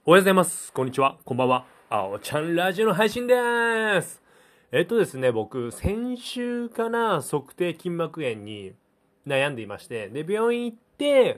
おはようございます。こんにちは。こんばんは。あおちゃんラジオの配信です。ですね、僕、先週かな、測定筋膜炎に悩んでいまして、で、病院行って、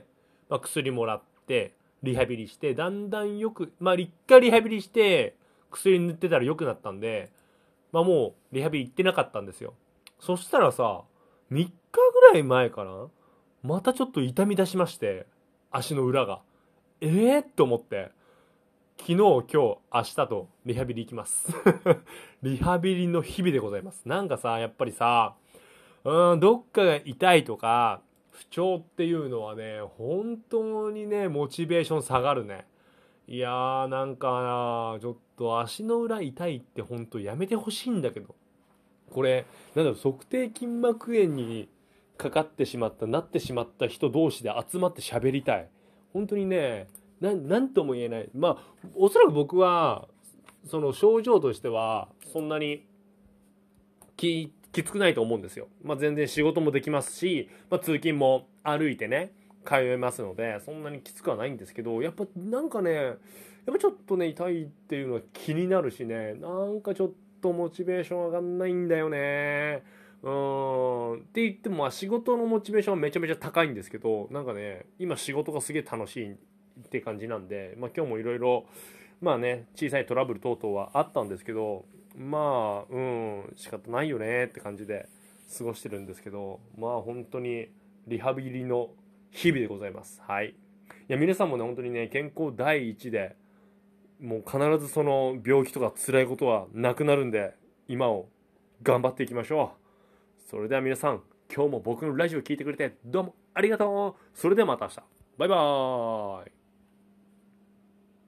薬もらって、リハビリして、だんだんよく、一回リハビリして、薬塗ってたら良くなったんで、もう、リハビリ行ってなかったんですよ。そしたらさ、3日ぐらい前かな、またちょっと痛み出しまして、足の裏が。と思って、昨日、今日、明日とリハビリ行きます。リハビリの日々でございます。なんかさ、やっぱりさ、どっかが痛いとか、不調っていうのはね、本当にね、モチベーション下がるね。いやー、なんかな、ちょっと足の裏痛いって本当やめてほしいんだけど。これ、なんだろう、足底筋膜炎にかかってしまった、なってしまった人同士で集まって喋りたい。本当にね、なんとも言えない。おそらく僕は、その症状としては、そんなにきつくないと思うんですよ。全然仕事もできますし、通勤も歩いてね、通えますので、そんなにきつくはないんですけど、やっぱなんかね、やっぱちょっとね、痛いっていうのは気になるしね、なんかちょっとモチベーション上がんないんだよね。って言っても、仕事のモチベーションはめちゃめちゃ高いんですけど、なんかね、今仕事がすげえ楽しいって感じなんで、今日もいろいろ、小さいトラブル等々はあったんですけど、仕方ないよねって感じで過ごしてるんですけど、本当にリハビリの日々でございます。はい。いや、皆さんもね、本当にね、健康第一で、もう必ずその病気とか辛いことはなくなるんで、今を頑張っていきましょう。それでは皆さん、今日も僕のラジオ聞いてくれてどうもありがとう。それではまた明日。バイバーイ。